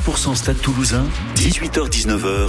100% Stade Toulousain, 18h-19h.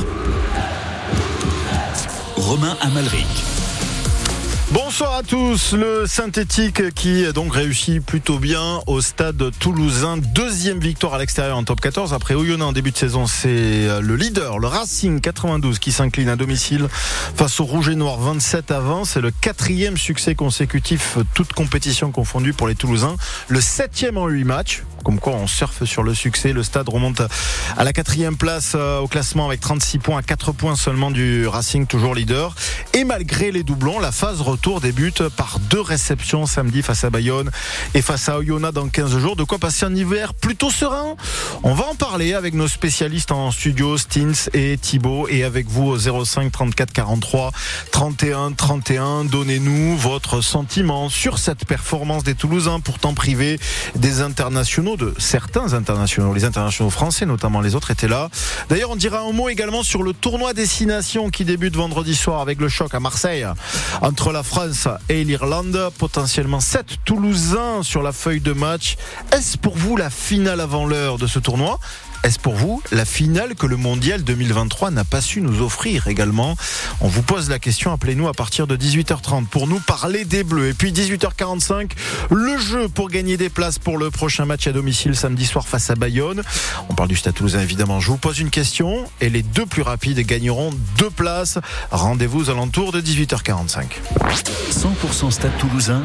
Romain Amalric. Bonsoir à tous. Le synthétique qui donc réussit plutôt bien au Stade Toulousain. Deuxième victoire à l'extérieur en top 14. Après Oyonnax en début de saison, c'est le leader, le Racing 92 qui s'incline à domicile face au Rouge et Noir 27-20. C'est le 4e succès consécutif, toutes compétitions confondues pour les Toulousains. Le 7e en 8 matchs. Comme quoi on surfe sur le succès. Le Stade remonte à la 4e place au classement avec 36 points, à 4 points seulement du Racing, toujours leader. Et malgré les doublons, la phase retour débute par 2 réceptions samedi face à Bayonne et face à Oyonnax dans 15 jours. De quoi passer un hiver plutôt serein. On va en parler avec nos spécialistes en studio, Stins et Thibaut, et avec vous au 05 34 43 31 31. Donnez-nous votre sentiment sur cette performance des Toulousains, pourtant privés des internationaux, de certains internationaux, les internationaux français notamment. Les autres étaient là. D'ailleurs, on dira un mot également sur le tournoi Destination qui débute vendredi soir avec le choc à Marseille entre la France et l'Irlande. Potentiellement 7 Toulousains sur la feuille de match. Est-ce pour vous la finale avant l'heure de ce tournoi ? Est-ce pour vous la finale que le Mondial 2023 n'a pas su nous offrir également ? On vous pose la question, appelez-nous à partir de 18h30 pour nous parler des Bleus. Et puis 18h45, le jeu pour gagner des places pour le prochain match à domicile samedi soir face à Bayonne. On parle du Stade Toulousain évidemment. Je vous pose une question et les 2 plus rapides gagneront 2 places. Rendez-vous aux alentours de 18h45. 100% Stade Toulousain,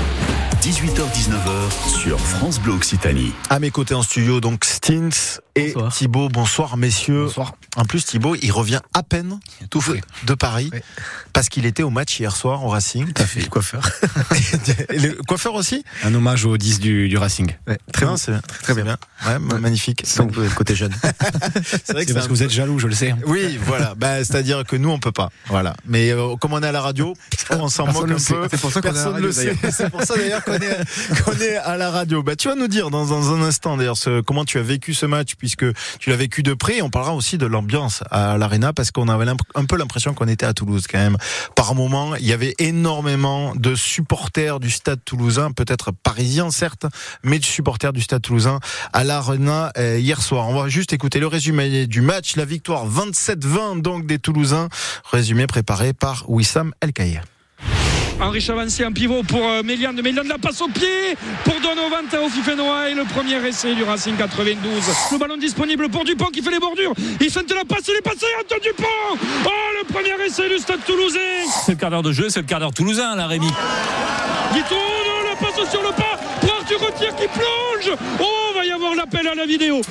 18h-19h sur France Bleu Occitanie. À mes côtés en studio, donc Stins et bonsoir. Thibaut. Bonsoir messieurs. Bonsoir. En plus Thibaut, il revient à peine tout fait de Paris, oui, parce qu'il était au match hier soir au Racing. Tout à fait, le coiffeur. Le coiffeur aussi ? Un hommage aux 10 du Racing. Ouais, très bien, c'est très bien. Ouais, magnifique. Donc le côté jeune. C'est vrai que c'est parce que vous êtes jaloux, je le sais. Oui, voilà. C'est-à-dire que nous on peut pas. Voilà. Mais comme on est à la radio, on s'en moque un peu. C'est pour ça qu'on personne le sait. C'est pour ça d'ailleurs qu'on est à la radio. Tu vas nous dire dans un instant d'ailleurs comment tu as vécu ce match, puisque tu l'as vécu de près. On parlera aussi de l'ambiance à l'Arena, parce qu'on avait un peu l'impression qu'on était à Toulouse quand même. Par moment, il y avait énormément de supporters du Stade Toulousain, peut-être parisiens certes, mais de supporters du Stade Toulousain à l'Arena hier soir. On va juste écouter le résumé du match. La victoire 27-20 donc des Toulousains. Résumé préparé par Wissam El Kaïr. Henri Chavancier en pivot pour Mélian de la passe au pied pour Donovan Taofifenoa et le premier essai du Racing 92. Le ballon disponible pour Dupont qui fait les bordures. Il feinte la passe, il est passé, Antoine Dupont. Oh, le premier essai du Stade Toulousain. C'est le quart d'heure de jeu, c'est le quart d'heure toulousain là, Rémi. Guitoun, la passe sur le pas pour Arthur Retière qui plonge. Oh, va y avoir l'appel à la vidéo.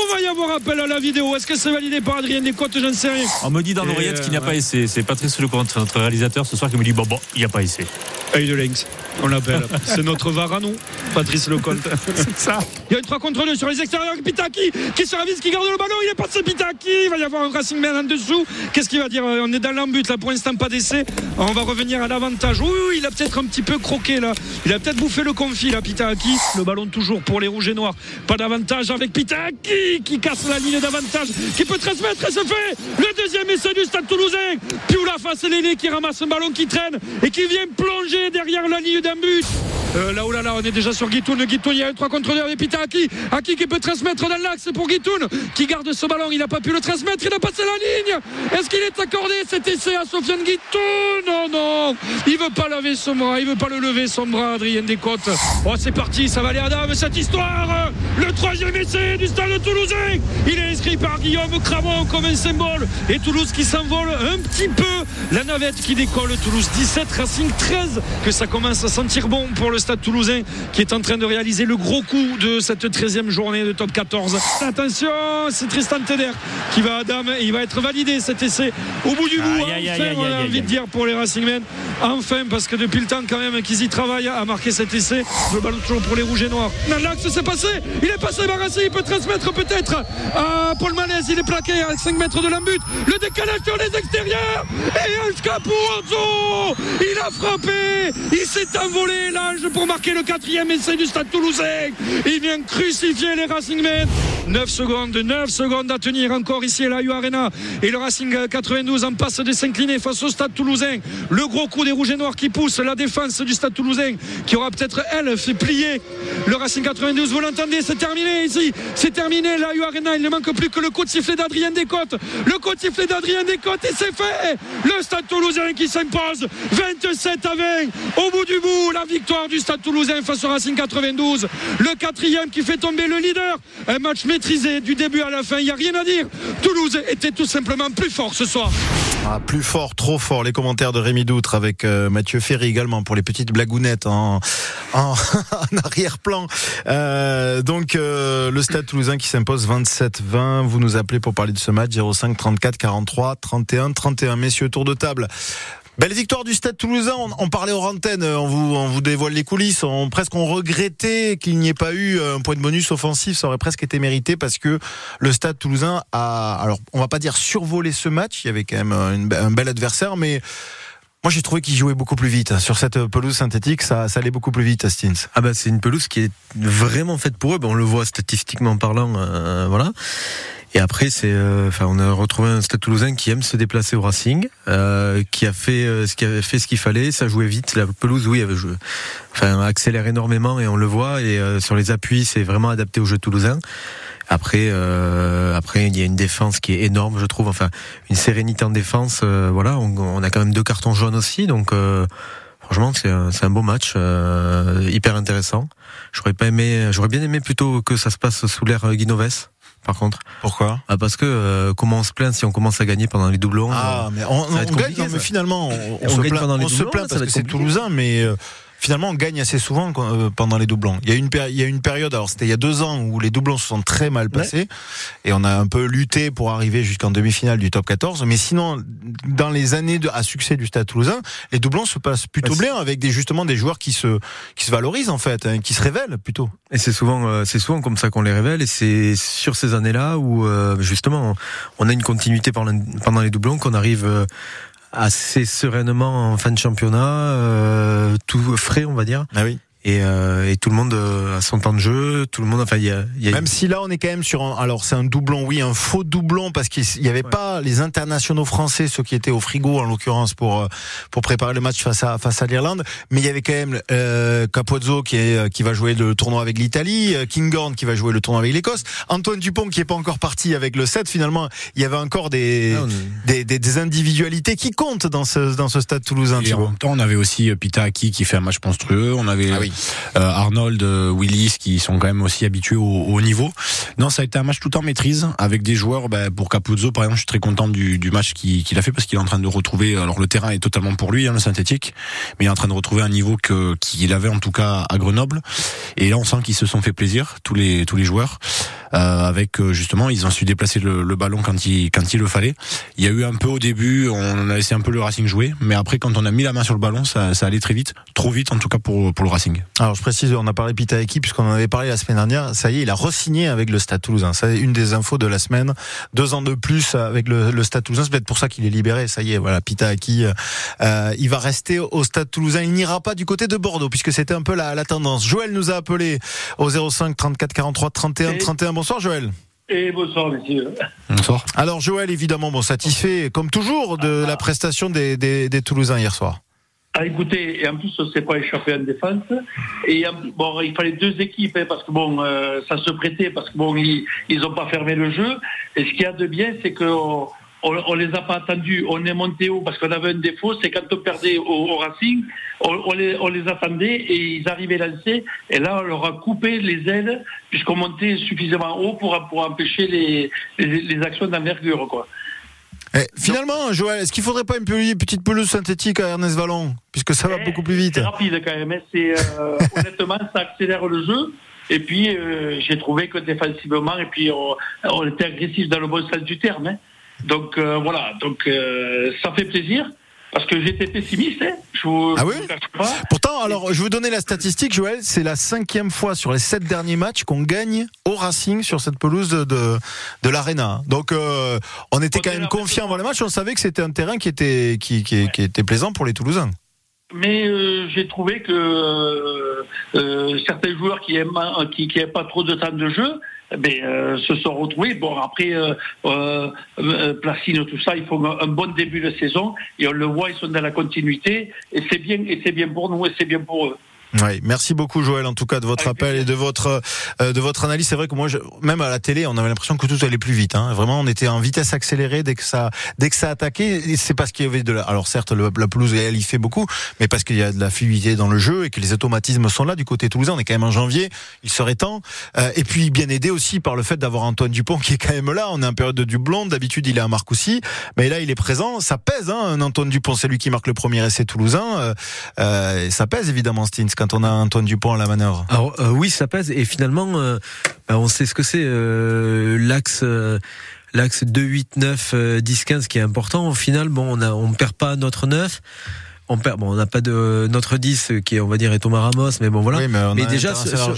Est-ce que c'est validé par Adrien Descotes? J'en sais rien. On me dit dans l'oreillette qu'il n'y a pas essai. C'est Patrice Lecomte, notre réalisateur ce soir, qui me dit bon, il n'y a pas essai. Œil de lynx, on l'appelle. C'est notre VAR à nous, Patrice Lecomte. C'est ça. Il y a une 3 contre 2 sur les extérieurs. Pitaki qui se ravise, qui garde le ballon. Il est passé Pitaki. Il va y avoir un Racing Man en dessous. Qu'est-ce qu'il va dire? On est dans l'embut là, pour l'instant pas d'essai. On va revenir à l'avantage. Oui, il a peut-être un petit peu croqué là. Il a peut-être bouffé le confit là, Pitaki. Le ballon toujours pour les Rouges et Noirs. Pas d'avantage avec Pitaki qui casse la ligne d'avantage, qui peut transmettre, et se fait le deuxième essai du Stade Toulousain. Pioula face à Léné qui ramasse un ballon qui traîne et qui vient plonger derrière la ligne d'un but. Là, on est déjà sur Guitoun. Il y a un 3 contre 2 avec Pitaki. Aki qui peut transmettre dans l'axe pour Guitoun, qui garde ce ballon. Il n'a pas pu le transmettre, il a passé la ligne. Est-ce qu'il est accordé cet essai à Sofiane Guitoun? Non, il veut pas lever son bras, Adrien Descotes. Oh, c'est parti, ça va aller à dame cette histoire. Le 3e essai du Stade Toulousain. Il est inscrit par Guillaume Cramon comme un symbole. Et Toulouse qui s'envole un petit peu. La navette qui décolle. Toulouse 17, Racing 13. Que ça commence à sentir bon pour le Stade Toulousain, qui est en train de réaliser le gros coup de cette 13e journée de top 14. Attention, c'est Tristan Teder qui va à dame et il va être validé cet essai au bout du bout. Enfin, on a envie de dire pour les Racingmen, enfin, parce que depuis le temps quand même qu'ils y travaillent à marquer cet essai. Le ballon toujours pour les Rouges et Noirs. Dans l'axe, c'est passé, il est passé Barassi, il peut transmettre peut-être à Paul Malet il est plaqué à 5 mètres de l'embut. Le décalage sur les extérieurs. Et Ange Capuzzo, il a frappé. Il s'est envolé, l'Ange, pour marquer le 4e essai du Stade Toulousain. Il vient crucifier les Racingmen. 9 secondes à tenir encore ici à la U Arena. Et le Racing 92 en passe de s'incliner face au Stade Toulousain. Le gros coup des Rouges et Noirs qui pousse la défense du Stade Toulousain, qui aura peut-être, elle, fait plier le Racing 92. Vous l'entendez, c'est terminé ici. C'est terminé la U Arena. Il ne manque plus que le coup de sifflet d'Adrien Descotes. Le coup de sifflet d'Adrien Descotes, et c'est fait. Le Stade Toulousain qui s'impose 27-20. Au bout du bout, la victoire du Stade Toulousain face au Racing 92. Le 4e qui fait tomber le leader. Un match maîtrisé du début à la fin. Il n'y a rien à dire. Toulouse était tout simplement plus fort ce soir. Ah, plus fort, trop fort. Les commentaires de Rémi Doutre avec Mathieu Ferry également pour les petites blagounettes en arrière-plan. Donc le Stade Toulousain qui s'impose 27-20. Vous nous appelez pour parler de ce match 05 34 43 31 31. Messieurs, tour de table. Belle victoire du Stade Toulousain. On parlait hors antenne, on vous dévoile les coulisses. On regrettait qu'il n'y ait pas eu un point de bonus offensif. Ça aurait presque été mérité parce que le Stade Toulousain a, alors on va pas dire survolé ce match. Il y avait quand même un bel adversaire, mais moi j'ai trouvé qu'il jouait beaucoup plus vite. Sur cette pelouse synthétique, ça allait beaucoup plus vite, Stins. Ah bah c'est une pelouse qui est vraiment faite pour eux. On le voit statistiquement parlant, voilà. Et après, on a retrouvé un Stade Toulousain qui aime se déplacer au Racing, qui a fait ce qu'il fallait. Ça jouait vite. La pelouse, oui, accélère énormément et on le voit. Et sur les appuis, c'est vraiment adapté au jeu toulousain. Après, il y a une défense qui est énorme, je trouve. Enfin, une sérénité en défense. Voilà, on a quand même 2 cartons jaunes aussi, donc. Franchement, c'est un beau match, hyper intéressant. J'aurais bien aimé plutôt que ça se passe sous l'ère Guinoves. Par contre. Pourquoi ? Parce que comment on se plaint si on commence à gagner pendant les doublons. Mais on gagne, mais finalement on se plaint parce que c'est toulousain, mais finalement on gagne assez souvent pendant les doublons. Il y a une période, alors c'était il y a 2 ans où les doublons se sont très mal passés, et on a un peu lutté pour arriver jusqu'en demi-finale du top 14, mais sinon dans les années à succès du Stade Toulousain, les doublons se passent plutôt bien avec justement des joueurs qui se valorisent en fait, qui se révèlent plutôt. Et c'est souvent comme ça qu'on les révèle, et c'est sur ces années-là où justement on a une continuité pendant les doublons qu'on arrive assez sereinement en fin de championnat, tout frais on va dire. Ah oui. Et tout le monde a son temps de jeu, tout le monde, enfin il y a même si là on est quand même sur alors c'est un doublon, oui, un faux doublon parce qu'il y avait pas les internationaux français, ceux qui étaient au frigo en l'occurrence pour préparer le match face à l'Irlande, mais il y avait quand même Capuzzo qui va jouer le tournoi avec l'Italie, Kinghorn qui va jouer le tournoi avec l'Écosse, Antoine Dupont qui est pas encore parti avec le 7. Finalement il y avait encore des individualités qui comptent dans ce Stade Toulousain. Et en même temps on avait aussi Pita Aki qui fait un match monstrueux, on avait Arnold, Willis qui sont quand même aussi habitués au haut niveau. Non, ça a été un match tout en maîtrise avec des joueurs, pour Capuzzo par exemple, je suis très content du match qu'il a fait parce qu'il est en train de retrouver, alors le terrain est totalement pour lui, le synthétique, mais il est en train de retrouver un niveau qu'il avait en tout cas à Grenoble, et là on sent qu'ils se sont fait plaisir tous les joueurs, avec justement ils ont su déplacer le ballon quand il le fallait. Il y a eu un peu au début, on a laissé un peu le Racing jouer, mais après quand on a mis la main sur le ballon, ça allait très vite, trop vite en tout cas pour le Racing. Alors je précise, on a parlé Pitaaki puisqu'on en avait parlé la semaine dernière. Ça y est, il a re-signé avec le Stade Toulousain. C'est une des infos de la semaine. 2 ans de plus avec le Stade Toulousain. C'est peut-être pour ça qu'il est libéré. Ça y est, voilà, Pitaaki, il va rester au Stade Toulousain. Il n'ira pas du côté de Bordeaux puisque c'était un peu la tendance. Joël nous a appelé au 05 34 43 31 31. Bonsoir Joël. Et bonsoir messieurs. Bonsoir. Alors Joël, évidemment, satisfait comme toujours de la prestation des Toulousains hier soir. Ah, écoutez, et en plus, on ne s'est pas échappé en défense. Et il fallait 2 équipes, parce que ça se prêtait, parce que ils n'ont pas fermé le jeu. Et ce qu'il y a de bien, c'est qu'on les a pas attendus. On est monté haut parce qu'on avait un défaut, c'est quand on perdait au Racing, on les attendait et ils arrivaient lancés. Et là, on leur a coupé les ailes puisqu'on montait suffisamment haut pour empêcher les actions d'envergure, quoi. Finalement, Joël, est-ce qu'il faudrait pas une petite pelouse synthétique à Ernest Vallon, puisque ça va beaucoup plus vite? C'est rapide quand même. Honnêtement, ça accélère le jeu. Et puis, j'ai trouvé que défensivement, et puis on était agressif dans le bon sens du terme. Donc voilà, ça fait plaisir. Parce que j'étais pessimiste, hein. Je vous cache pas. Pourtant, alors, je vais vous donner la statistique, Joël. C'est la 5e fois sur les 7 derniers matchs qu'on gagne au Racing sur cette pelouse de l'Arena. Donc, on était quand même confiants avant le match. On savait que c'était un terrain qui était plaisant pour les Toulousains. Mais j'ai trouvé que certains joueurs qui aiment pas trop de temps de jeu, se sont retrouvés. Bon, après Placine, tout ça, il faut un bon début de saison et on le voit, ils sont dans la continuité et c'est bien pour nous et c'est bien pour eux. Oui, merci beaucoup Joël en tout cas de votre appel et de votre analyse. C'est vrai que moi même à la télé, on avait l'impression que tout allait plus vite, hein. Vraiment, on était en vitesse accélérée dès que ça attaquait. Et c'est parce qu'il y avait alors certes la pelouse elle y fait beaucoup, mais parce qu'il y a de la fluidité dans le jeu et que les automatismes sont là du côté toulousain. On est quand même en janvier, il serait temps. Et puis bien aidé aussi par le fait d'avoir Antoine Dupont qui est quand même là. On est en période de doublon. D'habitude il est à Marcoussis, mais là il est présent. Ça pèse, hein, un Antoine Dupont, c'est lui qui marque le premier essai toulousain. Et ça pèse évidemment, Stins, quand on a Antoine Dupont à la manœuvre. Alors oui, ça pèse et finalement on sait ce que c'est l'axe 2, 8, 9, 10, 15 qui est important. Au final, on perd pas notre 9. On n'a pas de notre 10 qui on va dire est Thomas Ramos, mais bon voilà. Oui, mais déjà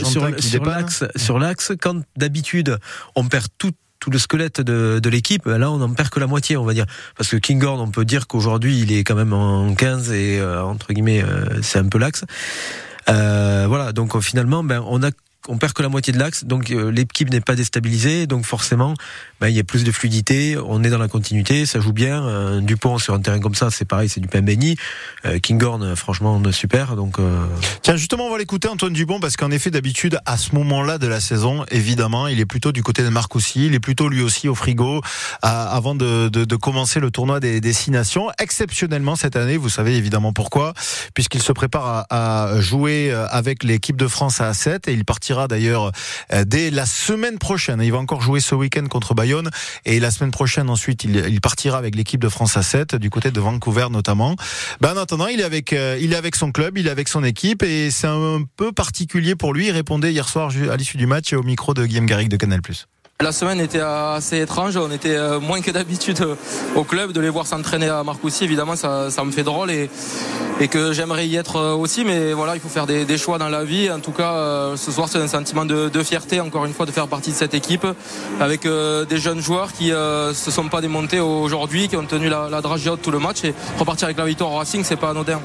sur l'axe, quand d'habitude on perd tout le squelette de l'équipe, là on n'en perd que la moitié, on va dire, parce que Kinghorn, on peut dire qu'aujourd'hui il est quand même en 15 et entre guillemets c'est un peu l'axe. Voilà, donc finalement on perd que la moitié de l'axe, donc l'équipe n'est pas déstabilisée, donc forcément il y a plus de fluidité, on est dans la continuité, ça joue bien. Dupont sur un terrain comme ça, c'est pareil, c'est du pain béni. Kinghorn, franchement super. Donc tiens, justement, on va l'écouter Antoine Dupont, parce qu'en effet d'habitude à ce moment-là de la saison, évidemment, il est plutôt du côté de Marcoussis, il est plutôt lui aussi au frigo avant de commencer le tournoi des 6 nations. Exceptionnellement cette année, vous savez évidemment pourquoi, puisqu'il se prépare à jouer avec l'équipe de France à 7 et il partira d'ailleurs dès la semaine prochaine. Il va encore jouer ce week-end contre Bayonne et la semaine prochaine ensuite il partira avec l'équipe de France à 7 du côté de Vancouver notamment. En attendant, il est avec son club, il est avec son équipe et c'est un peu particulier pour lui. Il répondait hier soir à l'issue du match au micro de Guillaume Garrigue de Canal+. La semaine était assez étrange, on était moins que d'habitude au club, de les voir s'entraîner à Marcoussis, évidemment ça me fait drôle et que j'aimerais y être aussi, mais voilà, il faut faire des choix dans la vie. En tout cas, ce soir c'est un sentiment de fierté, encore une fois, de faire partie de cette équipe avec des jeunes joueurs qui se sont pas démontés aujourd'hui, qui ont tenu la dragée haute tout le match, et repartir avec la victoire au Racing, c'est pas anodin.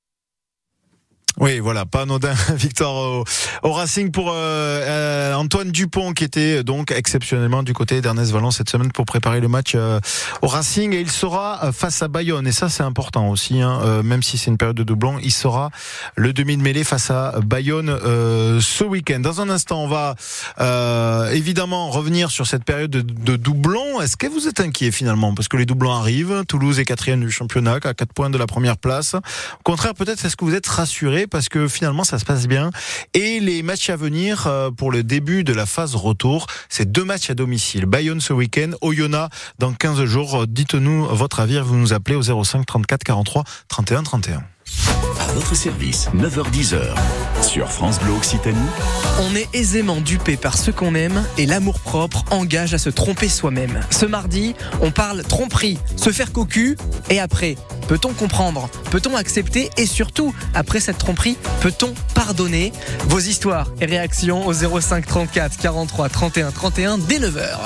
Oui, voilà, pas anodin, victoire au Racing pour Antoine Dupont, qui était donc exceptionnellement du côté d'Ernest Vallon cette semaine pour préparer le match au Racing, et il sera face à Bayonne, et ça c'est important aussi, hein, même si c'est une période de doublon, il sera le demi de mêlée face à Bayonne ce week-end. Dans un instant, on va évidemment revenir sur cette période de doublon. Est-ce que vous êtes inquiet finalement, parce que les doublons arrivent? Toulouse est 4e du championnat, à 4 points de la première place. Au contraire, peut-être, est-ce que vous êtes rassuré parce que finalement ça se passe bien, et les matchs à venir pour le début de la phase retour, c'est 2 matchs à domicile, Bayonne ce week-end, Oyonnax dans 15 jours. Dites-nous votre avis, vous nous appelez au 05 34 43 31 31. À votre service, 9h-10h, sur France Bleu Occitanie. On est aisément dupé par ce qu'on aime et l'amour-propre engage à se tromper soi-même. Ce mardi, on parle tromperie, se faire cocu, et après, peut-on comprendre? Peut-on accepter? Et surtout, après cette tromperie, peut-on pardonner? Vos histoires et réactions au 05 34 43 31 31 dès 9h.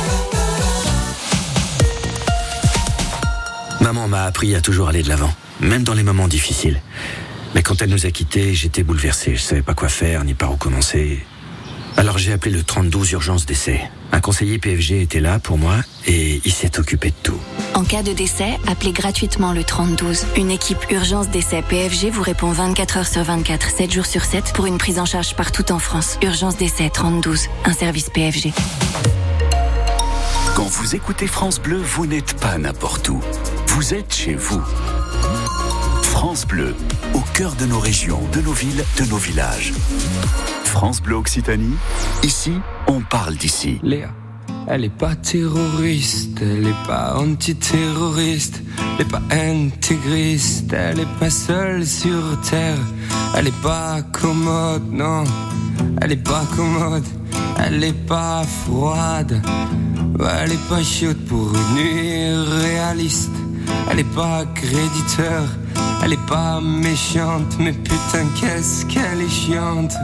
Maman m'a appris à toujours aller de l'avant, même dans les moments difficiles. Mais quand elle nous a quittés, j'étais bouleversé. Je savais pas quoi faire, ni par où commencer. Alors j'ai appelé le 32 urgence décès. Un conseiller PFG était là pour moi et il s'est occupé de tout. En cas de décès, appelez gratuitement le 3012. Une équipe urgence décès PFG vous répond 24 heures sur 24, 7 jours sur 7 pour une prise en charge partout en France. Urgence décès 3012, un service PFG. Quand vous écoutez France Bleu, vous n'êtes pas n'importe où. Vous êtes chez vous. France Bleu, au cœur de nos régions, de nos villes, de nos villages. France Bleu Occitanie, ici, on parle d'ici. Léa, elle est pas terroriste, elle est pas antiterroriste, elle est pas intégriste, elle est pas seule sur terre, elle est pas commode, non, elle est pas commode, elle est pas froide, elle est pas chaude pour une nuit réaliste. elle est pas créditeur, elle est pas méchante, mais putain qu'est-ce qu'elle est chiante.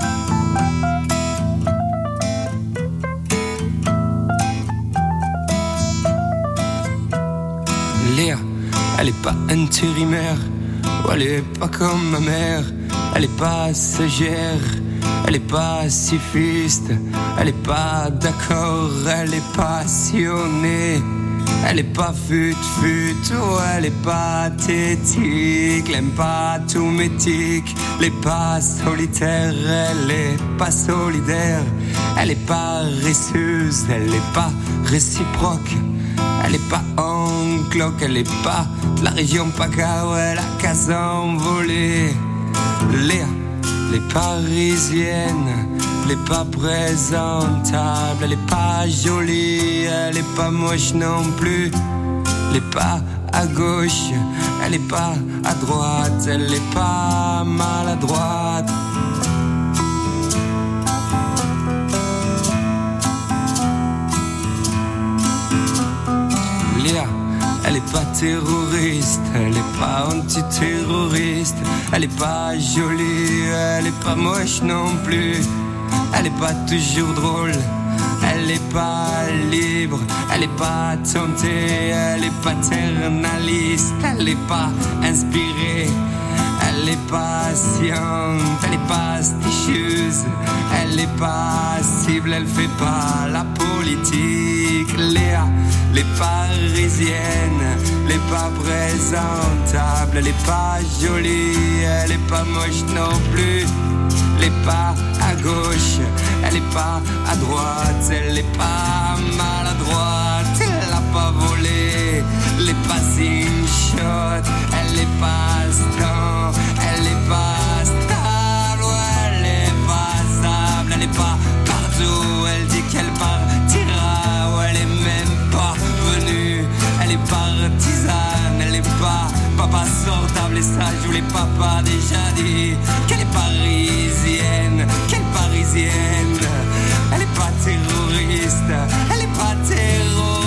Léa, elle est pas intérimaire, ou elle est pas comme ma mère, elle est pas stagiaire, elle est pas pacifiste, elle est pas d'accord, elle est passionnée, elle est pas fut-fut, oh, elle est pathétique, elle aime pas tout métique, elle est pas solitaire, elle est pas solidaire, elle est pas paresseuse, elle est pas réciproque, elle est pas en cloque, elle est pas de la région PACA, ouais, elle a qu'à s'envoler. Léa, les parisiennes, elle est pas présentable, elle est pas jolie, elle est pas moche non plus, elle est pas à gauche, elle est pas à droite, elle est pas maladroite. Léa, elle est pas terroriste, elle est pas antiterroriste, elle est pas jolie, elle est pas moche non plus, elle est pas toujours drôle, elle est pas libre, elle est pas tentée, elle est paternaliste, elle est pas inspirée, elle est patiente, elle est pas stichieuse, elle est passible, elle fait pas la politique. Léa, les parisiennes, elle est pas présentable, elle est pas jolie, elle est pas moche non plus, elle est pas à gauche, elle est pas à droite, elle est pas maladroite, elle a pas volé, elle est pas une shot, elle est pas star, elle est pas stable, elle est pas stable, elle est pas partout, elle dit qu'elle partira, ouais, elle est même pas venue, elle est partisane, elle est pas papa sortable, et ça je vous l'ai papa déjà dit, qu'elle est parisienne, qu'elle est parisienne, elle est pas terroriste, elle est pas terroriste.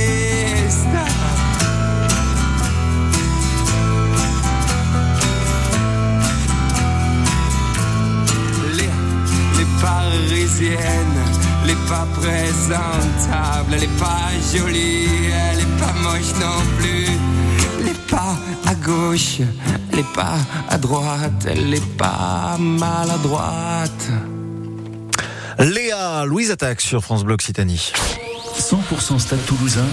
Les parisiennes, elle est pas présentable, elle est pas jolie, elle est pas moche non plus, elle est pas à gauche, elle est pas à droite, elle est pas maladroite. Léa, Louise Attaque sur France Bleu Occitanie. 100% Stade Toulousain,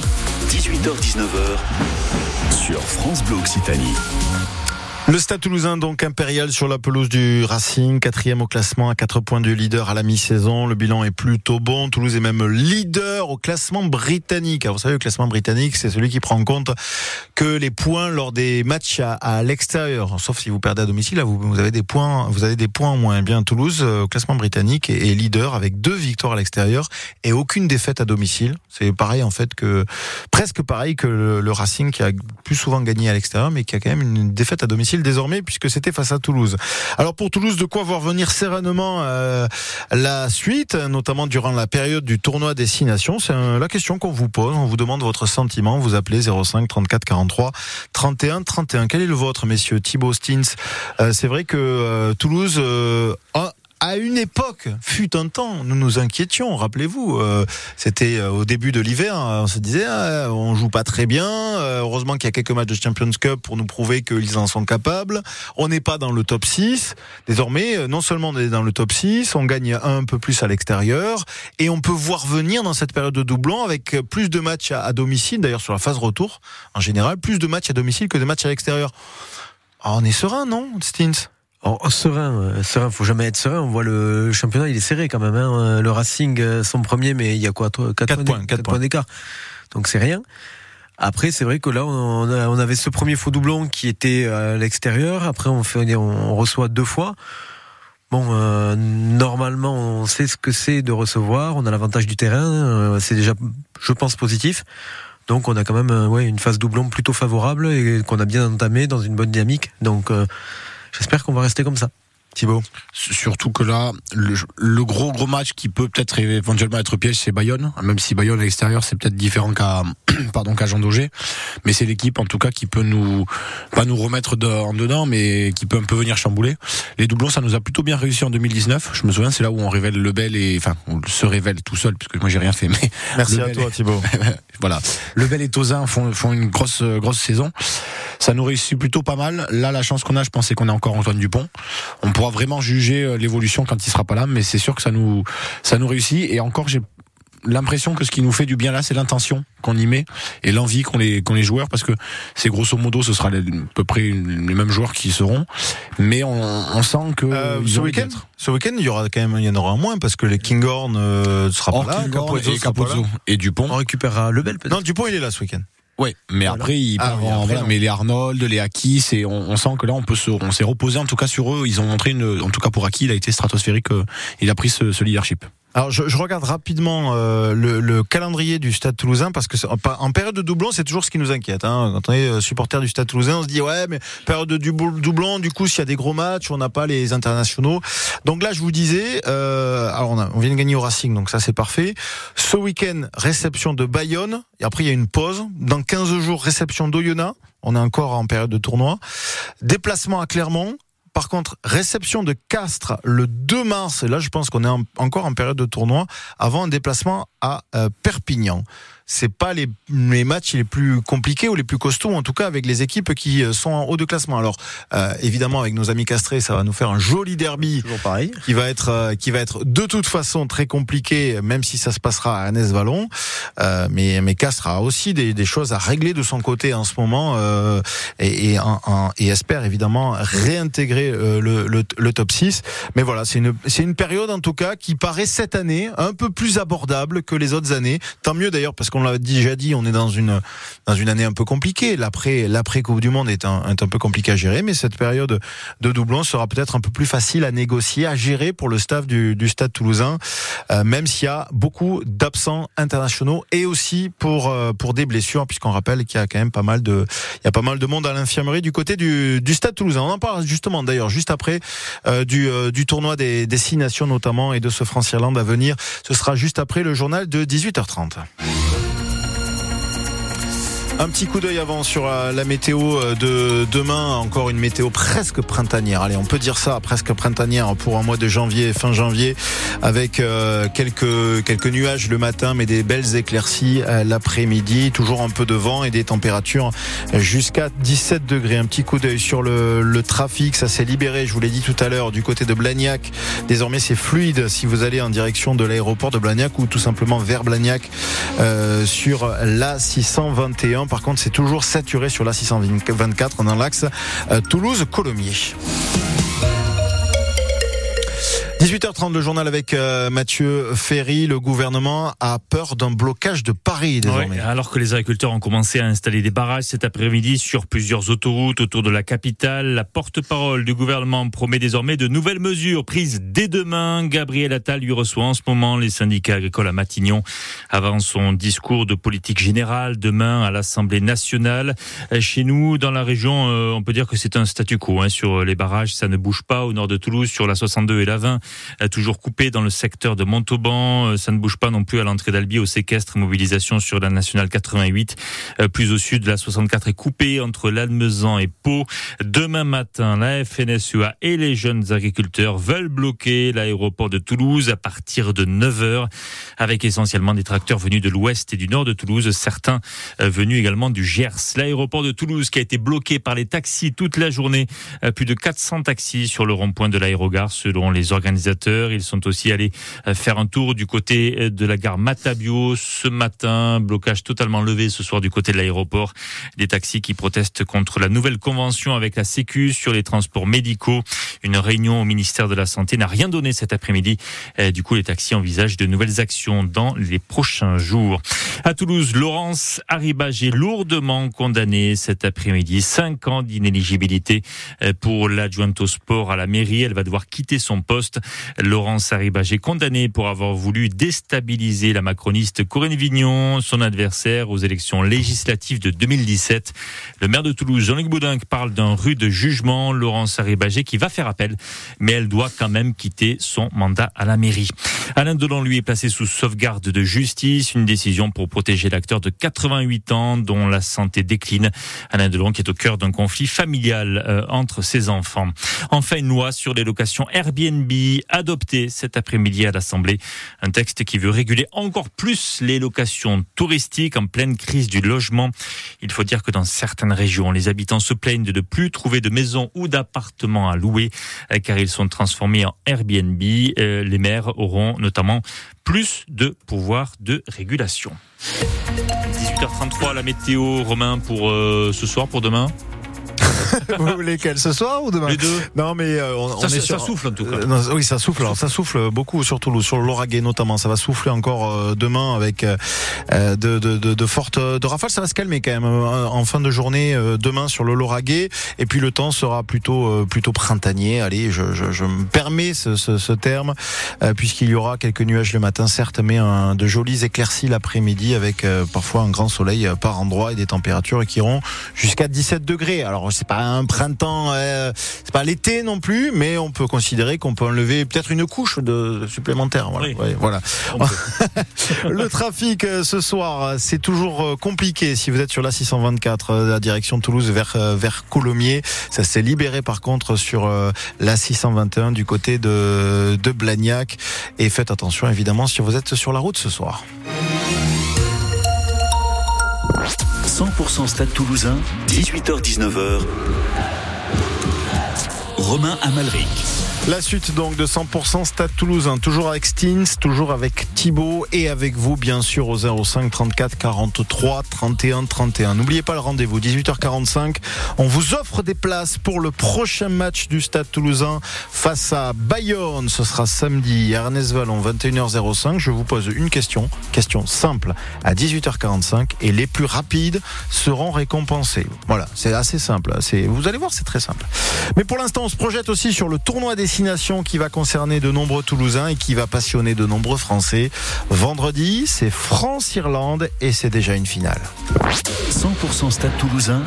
18h-19h sur France Bleu Occitanie. Le Stade Toulousain donc impérial sur la pelouse du Racing, 4e au classement à 4 points du leader à la mi-saison. Le bilan est plutôt bon. Toulouse est même leader au classement britannique. Alors vous savez, le classement britannique, c'est celui qui prend en compte que les points lors des matchs à l'extérieur. Sauf si vous perdez à domicile, là vous avez des points, en moins. Eh bien, Toulouse au classement britannique est leader avec 2 victoires à l'extérieur et aucune défaite à domicile. C'est pareil en fait presque pareil que le Racing qui a plus souvent gagné à l'extérieur, mais qui a quand même une défaite à domicile désormais puisque c'était face à Toulouse. Alors pour Toulouse, de quoi voir venir sereinement la suite, notamment durant la période du tournoi Destination. C'est la question qu'on vous pose. On vous demande votre sentiment. Vous appelez 05 34 43 31 31. Quel est le vôtre, messieurs? Thibaut Stins. C'est vrai que Toulouse à une époque, fut un temps, nous nous inquiétions, rappelez-vous, c'était au début de l'hiver, on se disait on joue pas très bien, heureusement qu'il y a quelques matchs de Champions Cup pour nous prouver qu'ils en sont capables, on n'est pas dans le top 6, désormais non seulement on est dans le top 6, on gagne un peu plus à l'extérieur, et on peut voir venir dans cette période de doublon avec plus de matchs à domicile, d'ailleurs sur la phase retour, en général, plus de matchs à domicile que de matchs à l'extérieur. Alors, on est serein, non, Stins? Serein, faut jamais être serein. On voit le championnat, il est serré quand même. Hein. Le Racing, son premier, mais il y a quoi, 4 points d'écart. Donc c'est rien. Après, c'est vrai que là, on avait ce premier faux doublon qui était à l'extérieur. Après, on reçoit 2 fois. Bon, normalement, on sait ce que c'est de recevoir. On a l'avantage du terrain. C'est déjà, je pense, positif. Donc, on a quand même, une phase doublon plutôt favorable et qu'on a bien entamé dans une bonne dynamique. Donc, j'espère qu'on va rester comme ça. Thibaut. Surtout que là, le gros match qui peut peut-être éventuellement être piège, c'est Bayonne. Même si Bayonne à l'extérieur, c'est peut-être différent qu'à Jean Daugé. Mais c'est l'équipe, en tout cas, qui peut pas nous remettre en dedans, mais qui peut un peu venir chambouler. Les doublons, ça nous a plutôt bien réussi en 2019. Je me souviens, c'est là où on révèle Lebel on se révèle tout seul, puisque moi j'ai rien fait, mais. Merci à toi, Thibaut. Voilà. Lebel et Tauzin font une grosse saison. Ça nous réussit plutôt pas mal. Là, la chance qu'on a, je pense, c'est qu'on a encore Antoine Dupont. On pourra vraiment juger l'évolution quand il sera pas là, mais c'est sûr que ça nous réussit. Et encore, j'ai l'impression que ce qui nous fait du bien là, c'est l'intention qu'on y met et l'envie qu'ont les joueurs, parce que c'est grosso modo, ce sera à peu près les mêmes joueurs qui y seront, mais on sent que ce week-end, il y en aura un moins, parce que les Kinghorn ne sera pas là, Capozzo et Dupont. On récupérera Lebel peut-être. Non, Dupont il est là ce week-end. Ouais, mais voilà. Après, mais les Arnold, les Aki, on sent que là on s'est reposé en tout cas sur eux. Ils ont montré en tout cas pour Aki, il a été stratosphérique. Il a pris ce leadership. Alors je regarde rapidement le calendrier du Stade Toulousain, parce que en période de doublon, c'est toujours ce qui nous inquiète. Quand on est supporter du Stade Toulousain, on se dit ouais, mais période de doublon, du coup s'il y a des gros matchs, on n'a pas les internationaux. Donc là je vous disais, on vient de gagner au Racing, donc ça c'est parfait. Ce week-end, réception de Bayonne, et après il y a une pause. Dans 15 jours, réception d'Oyonnax. On est encore en période de tournoi. Déplacement à Clermont. Par contre, réception de Castres le 2 mars, et là je pense qu'on est encore en période de tournoi, avant un déplacement à Perpignan. C'est pas les matchs les plus compliqués ou les plus costauds, en tout cas avec les équipes qui sont en haut de classement. Alors évidemment avec nos amis castrés, ça va nous faire un joli derby, toujours pareil, qui va être de toute façon très compliqué, même si ça se passera à Ernest-Vallon. Mais Castres a aussi des choses à régler de son côté en ce moment, et espère évidemment réintégrer le top 6. Mais voilà, c'est une période en tout cas qui paraît cette année un peu plus abordable que les autres années. Tant mieux d'ailleurs, parce qu'on l'a déjà dit, on est dans une année un peu compliquée. L'après Coupe du Monde est un peu compliqué à gérer, mais cette période de doublon sera peut-être un peu plus facile à négocier, à gérer pour le staff du Stade Toulousain, même s'il y a beaucoup d'absents internationaux, et aussi pour des blessures, puisqu'on rappelle qu'il y a quand même pas mal de monde à l'infirmerie du côté du Stade Toulousain. On en parle justement d'ailleurs juste après du tournoi des 6 nations notamment, et de ce France-Irlande à venir. Ce sera juste après le journal de 18h30. Un petit coup d'œil avant sur la météo de demain. Encore une météo presque printanière. Allez, on peut dire ça, presque printanière pour un mois de janvier, fin janvier, avec quelques nuages le matin, mais des belles éclaircies l'après-midi. Toujours un peu de vent et des températures jusqu'à 17 degrés. Un petit coup d'œil sur le trafic. Ça s'est libéré, je vous l'ai dit tout à l'heure, du côté de Blagnac. Désormais, c'est fluide si vous allez en direction de l'aéroport de Blagnac, ou tout simplement vers Blagnac sur la 621. Par contre, c'est toujours saturé sur la 624 dans l'axe Toulouse-Colomiers. 18h30, le journal avec Mathieu Ferry. Le gouvernement a peur d'un blocage de Paris désormais. Ouais, alors que les agriculteurs ont commencé à installer des barrages cet après-midi sur plusieurs autoroutes autour de la capitale, la porte-parole du gouvernement promet désormais de nouvelles mesures prises dès demain. Gabriel Attal lui reçoit en ce moment les syndicats agricoles à Matignon avant son discours de politique générale demain à l'Assemblée nationale. Chez nous, dans la région, on peut dire que c'est un statu quo sur les barrages. Ça ne bouge pas au nord de Toulouse, sur la 62 et la 20. Toujours coupé dans le secteur de Montauban. Ça ne bouge pas non plus à l'entrée d'Albi, au séquestre. Mobilisation sur la nationale 88. Plus au sud, la 64 est coupée entre Lannemezan et Pau. Demain matin, la FNSEA et les jeunes agriculteurs veulent bloquer l'aéroport de Toulouse à partir de 9h, avec essentiellement des tracteurs venus de l'ouest et du nord de Toulouse, certains venus également du Gers. L'aéroport de Toulouse qui a été bloqué par les taxis toute la journée. Plus de 400 taxis sur le rond-point de l'aérogare selon les organisateurs. Ils sont aussi allés faire un tour du côté de la gare Matabio ce matin. Blocage totalement levé ce soir du côté de l'aéroport. Des taxis qui protestent contre la nouvelle convention avec la Sécu sur les transports médicaux. Une réunion au ministère de la Santé n'a rien donné cet après-midi. Du coup, les taxis envisagent de nouvelles actions dans les prochains jours. À Toulouse, Laurence Arribagé est lourdement condamnée cet après-midi. 5 ans d'inéligibilité pour l'adjointe au sport à la mairie. Elle va devoir quitter son poste. Laurent Saribagé condamné pour avoir voulu déstabiliser la macroniste Corinne Vignon, son adversaire aux élections législatives de 2017. Le maire de Toulouse, Jean-Luc Boudinck, parle d'un rude jugement. Laurent Saribagé qui va faire appel, mais elle doit quand même quitter son mandat à la mairie. Alain Delon, lui, est placé sous sauvegarde de justice, une décision pour protéger l'acteur de 88 ans dont la santé décline. Alain Delon qui est au cœur d'un conflit familial entre ses enfants. Enfin, une loi sur les locations Airbnb adoptée cet après-midi à l'Assemblée. Un texte qui veut réguler encore plus les locations touristiques en pleine crise du logement. Il faut dire que dans certaines régions, les habitants se plaignent de ne plus trouver de maisons ou d'appartements à louer car ils sont transformés en Airbnb. Les maires auront notamment plus de pouvoir de régulation. 18h33, la météo, Romain, pour ce soir, pour demain. Vous voulez qu'elle ce soir ou demain? Les deux. Non, mais ça souffle en tout cas. Oui, ça souffle. Alors, ça souffle beaucoup sur Toulouse, sur l'Auragais notamment. Ça va souffler encore demain avec de fortes rafales. Ça va se calmer quand même en fin de journée demain sur le Lauragais. Et puis le temps sera plutôt printanier. Allez, je me permets ce terme puisqu'il y aura quelques nuages le matin, certes, mais de jolies éclaircies l'après-midi avec parfois un grand soleil par endroits et des températures qui iront jusqu'à 17 degrés. Alors c'est pas un printemps, c'est pas l'été non plus, mais on peut considérer qu'on peut enlever peut-être une couche supplémentaire. Voilà. Oui. Ouais, voilà. Le trafic ce soir, c'est toujours compliqué. Si vous êtes sur la 624, la direction Toulouse vers Coulommiers, ça s'est libéré par contre sur la 621 du côté de Blagnac. Et faites attention évidemment si vous êtes sur la route ce soir. 100% Stade Toulousain, 18h-19h. Romain Amalric. La suite donc de 100% Stade Toulousain, toujours avec Stins, toujours avec Thibaut et avec vous bien sûr au 05 34 43 31 31. N'oubliez pas le rendez-vous, 18h45, on vous offre des places pour le prochain match du Stade Toulousain face à Bayonne. Ce sera samedi, Ernest Vallon, 21h05. Je vous pose une question simple à 18h45 et les plus rapides seront récompensés. Voilà, c'est assez simple, vous allez voir, c'est très simple. Mais pour l'instant, on se projette aussi sur le tournoi destination qui va concerner de nombreux Toulousains et qui va passionner de nombreux Français. Vendredi, c'est France-Irlande et c'est déjà une finale. 100% Stade Toulousain,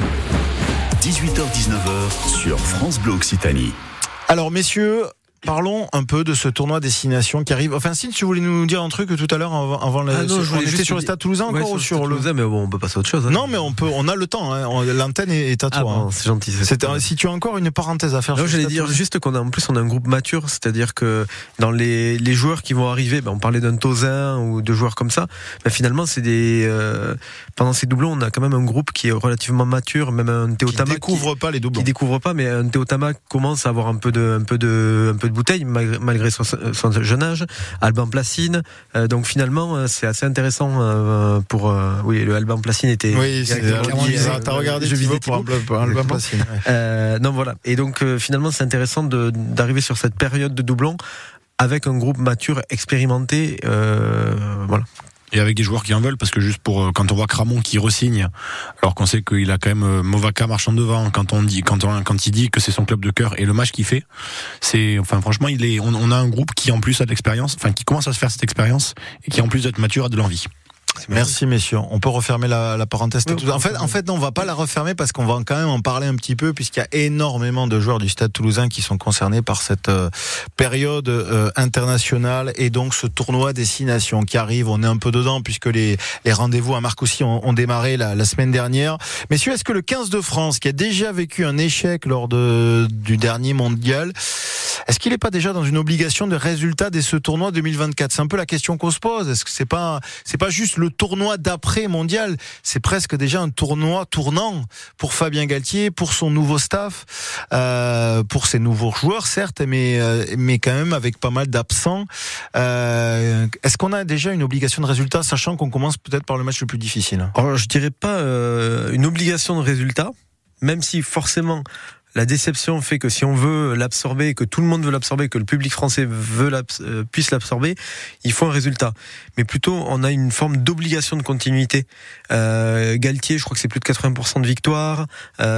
18h-19h sur France Bleu Occitanie. Alors messieurs, parlons un peu de ce tournoi destination qui arrive. Enfin, si tu voulais nous dire un truc tout à l'heure avant non, on était sur le Stade Toulousain encore ou sur le Toulousain, mais bon, on peut passer à autre chose. Hein. Non, mais on a le temps. Hein. L'antenne est à toi. Bon, c'est gentil. Si tu as encore une parenthèse à faire. Non, j'allais dire juste qu'on a en plus on a un groupe mature, c'est-à-dire que dans les joueurs qui vont arriver, on parlait d'un Tozin ou de joueurs comme ça. Finalement, c'est pendant ces doublons, on a quand même un groupe qui est relativement mature, même un Théotama qui découvre pas les doublons. Qui découvre pas, mais un Théotama commence à avoir un peu de bouteille malgré son jeune âge. Alban Placine, donc finalement c'est assez intéressant pour le Alban Placine était. Oui, t'as regardé je visais pour Alban Placine. Non voilà, et donc finalement c'est intéressant d'arriver sur cette période de doublon avec un groupe mature expérimenté, voilà. Et avec des joueurs qui en veulent, parce que juste pour quand on voit Cramon qui re-signe, alors qu'on sait qu'il a quand même Movaca marchand devant, quand il dit que c'est son club de cœur et le match qu'il fait, franchement on a un groupe qui en plus a de l'expérience, qui commence à se faire cette expérience et qui en plus d'être mature a de l'envie. Merci messieurs. On peut refermer la parenthèse. Oui, en fait, non, on va pas la refermer parce qu'on va quand même en parler un petit peu puisqu'il y a énormément de joueurs du Stade Toulousain qui sont concernés par cette période internationale et donc ce tournoi destination qui arrive. On est un peu dedans puisque les rendez-vous à Marcoussis ont démarré la semaine dernière. Messieurs, est-ce que le 15 de France, qui a déjà vécu un échec lors du dernier mondial, est-ce qu'il n'est pas déjà dans une obligation de résultat dès ce tournoi 2024 ? C'est un peu la question qu'on se pose. Est-ce que c'est pas juste le tournoi d'après mondial, c'est presque déjà un tournoi tournant pour Fabien Galtier, pour son nouveau staff, pour ses nouveaux joueurs certes, mais quand même avec pas mal d'absents. Est-ce qu'on a déjà une obligation de résultat, sachant qu'on commence peut-être par le match le plus difficile ? Alors, je dirais pas une obligation de résultat, même si forcément la déception fait que si on veut l'absorber, que tout le monde veut l'absorber, que le public français puisse l'absorber, il faut un résultat. Mais plutôt, on a une forme d'obligation de continuité. Galtier, je crois que c'est plus de 80% de victoire.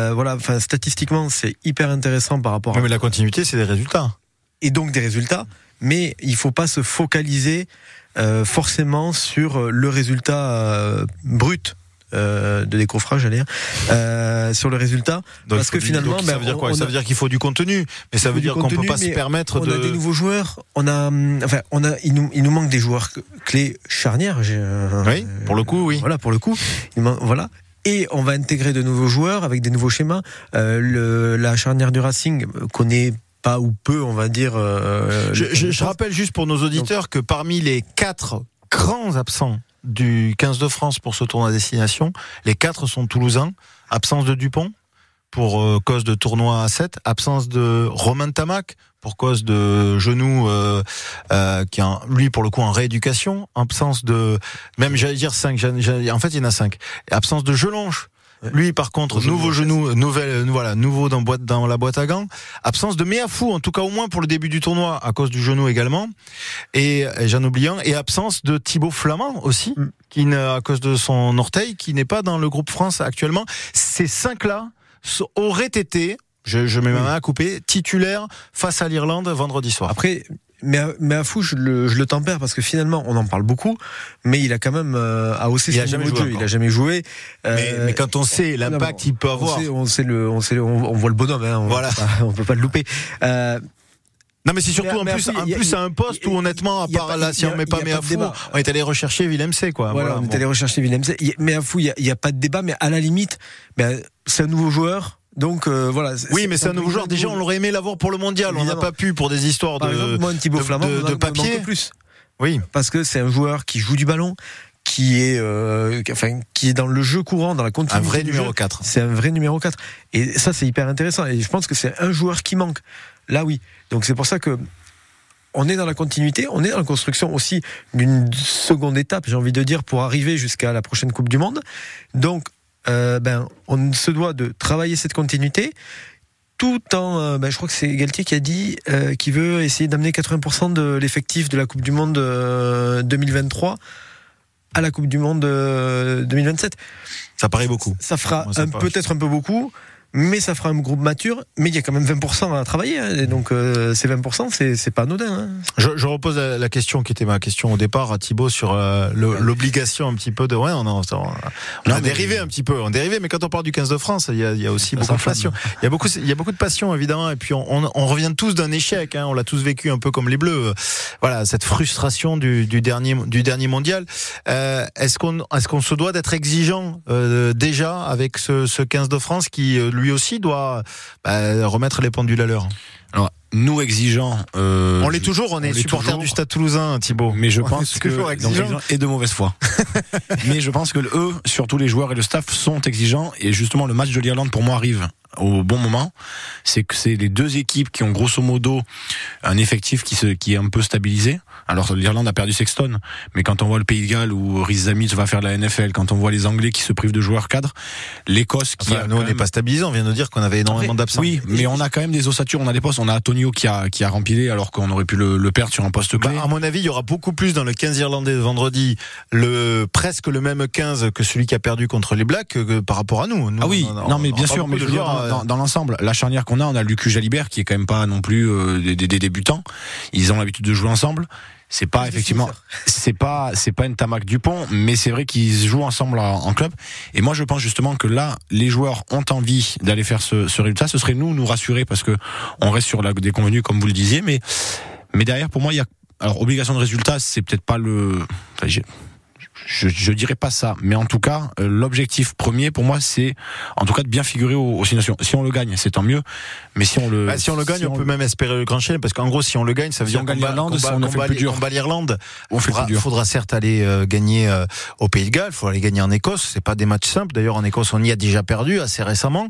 Statistiquement, c'est hyper intéressant par rapport à... Mais la continuité, c'est des résultats. Et donc des résultats. mais il faut pas se focaliser forcément sur le résultat brut de décoffrage, j'allais dire, sur le résultat. Donc, parce que finalement, ça veut dire quoi ? Ça veut dire qu'il faut du contenu, mais ça veut dire qu'on peut pas se permettre on a des nouveaux joueurs. Il nous manque des joueurs clés charnières. Oui, pour le coup, oui. Voilà, pour le coup, voilà. Et on va intégrer de nouveaux joueurs avec des nouveaux schémas. La charnière du Racing connaît pas ou peu, on va dire. Je rappelle juste pour nos auditeurs que parmi les 4 grands absents du 15 de France pour ce tournoi à destination, les 4 sont toulousains. Absence de Dupont pour cause de tournoi à 7, absence de Romain Tamac pour cause de genou qui est lui pour le coup en rééducation, absence de même j'allais dire 5, en fait il y en a 5. Absence de Gelonche. Lui, par contre, nouveau genou, nouveau dans la boîte à gants. Absence de Meafou, en tout cas au moins pour le début du tournoi, à cause du genou également. Et j'en oublie un. Et absence de Thibaut Flamand aussi, qui à cause de son orteil, qui n'est pas dans le groupe France actuellement. Ces 5-là auraient été, je mets ma main à couper, titulaires face à l'Irlande vendredi soir. Après. Mais à fou, je le tempère parce que finalement, on en parle beaucoup, mais il a quand même à hausser son niveau de jeu. Il a jamais joué. Mais quand on sait l'impact qu'il peut avoir, on voit le bonhomme. Voilà, on peut pas le louper. Non mais c'est surtout en plus à un poste où honnêtement à part là si on met pas Meafou, on est allé rechercher Willem C quoi. Voilà, on est allé rechercher Willem C. Mais à fou, il y a pas de débat, mais à la limite, c'est un nouveau joueur. Donc voilà. Oui, mais c'est un nouveau joueur. Déjà, on l'aurait aimé l'avoir pour le mondial. Évidemment. On n'a pas pu pour des histoires Par exemple, moi, Thibaut Flamand, de papier. Plus. Oui, parce que c'est un joueur qui joue du ballon, qui est dans le jeu courant, dans la continuité. Un vrai numéro 4. C'est un vrai numéro 4. Et ça, c'est hyper intéressant. Et je pense que c'est un joueur qui manque. Là, oui. Donc c'est pour ça que on est dans la continuité, on est dans la construction aussi d'une seconde étape, j'ai envie de dire, pour arriver jusqu'à la prochaine Coupe du Monde. Donc on se doit de travailler cette continuité tout en je crois que c'est Galtier qui a dit qu'il veut essayer d'amener 80% de l'effectif de la Coupe du Monde 2023 à la Coupe du Monde 2027. Ça paraît beaucoup. Ça fera peut-être un peu beaucoup, mais ça fera un groupe mature, mais il y a quand même 20% à travailler, et donc ces 20% c'est pas anodin. Je repose la question qui était ma question au départ à Thibaut sur l'obligation un petit peu de on a dérivé un petit peu, mais quand on parle du 15 de France, il y a aussi beaucoup de passion. Il y a beaucoup de passion évidemment, et puis on revient tous d'un échec, on l'a tous vécu un peu comme les Bleus. Voilà, cette frustration du dernier mondial. Est-ce qu'on se doit d'être exigeant déjà avec ce 15 de France qui lui aussi doit remettre les pendules à l'heure? Alors, nous exigeants, on l'est toujours, on est supporters du Stade Toulousain, Thibaut. Mais je pense que exigeants et de mauvaise foi. Mais je pense que eux, surtout les joueurs et le staff, sont exigeants. Et justement, le match de l'Irlande pour moi arrive au bon moment. C'est que c'est les deux équipes qui ont grosso modo un effectif qui est un peu stabilisé. Alors l'Irlande a perdu Sexton, mais quand on voit le Pays de Galles où Rhys James va faire de la NFL, quand on voit les Anglais qui se privent de joueurs cadres, l'Écosse qui nous on n'est pas stabilisé, on vient de dire qu'on avait énormément d'absents. Oui, mais on a quand même des ossatures, on a des postes, on a Antonio qui a rempilé alors qu'on aurait pu le perdre sur un poste clé. À mon avis, il y aura beaucoup plus dans le 15 irlandais de vendredi, presque le même 15 que celui qui a perdu contre les Blacks que par rapport à nous. Ah oui, mais bien sûr, mais je veux dire dans l'ensemble, la charnière qu'on a, on a Lucu Jalibert qui est quand même pas non plus des débutants. Ils ont l'habitude de jouer ensemble. C'est pas effectivement, c'est pas une Tamac Dupont, mais c'est vrai qu'ils jouent ensemble en club. Et moi, je pense justement que là, les joueurs ont envie d'aller faire ce résultat. Ce serait nous rassurer parce que on reste sur des convenus comme vous le disiez, mais derrière, pour moi, il y a alors obligation de résultat, c'est peut-être pas le. Enfin, je dirais pas ça, mais en tout cas, l'objectif premier pour moi, c'est en tout cas de bien figurer aux 6 nations. Si on le gagne, c'est tant mieux. Mais si on le gagne, on peut même espérer le grand chelem, parce qu'en gros, si on le gagne, ça veut dire qu'on bat l'Irlande. Il faudra certes aller gagner au Pays de Galles, il faudra aller gagner en Écosse. C'est pas des matchs simples. D'ailleurs, en Écosse, on y a déjà perdu assez récemment.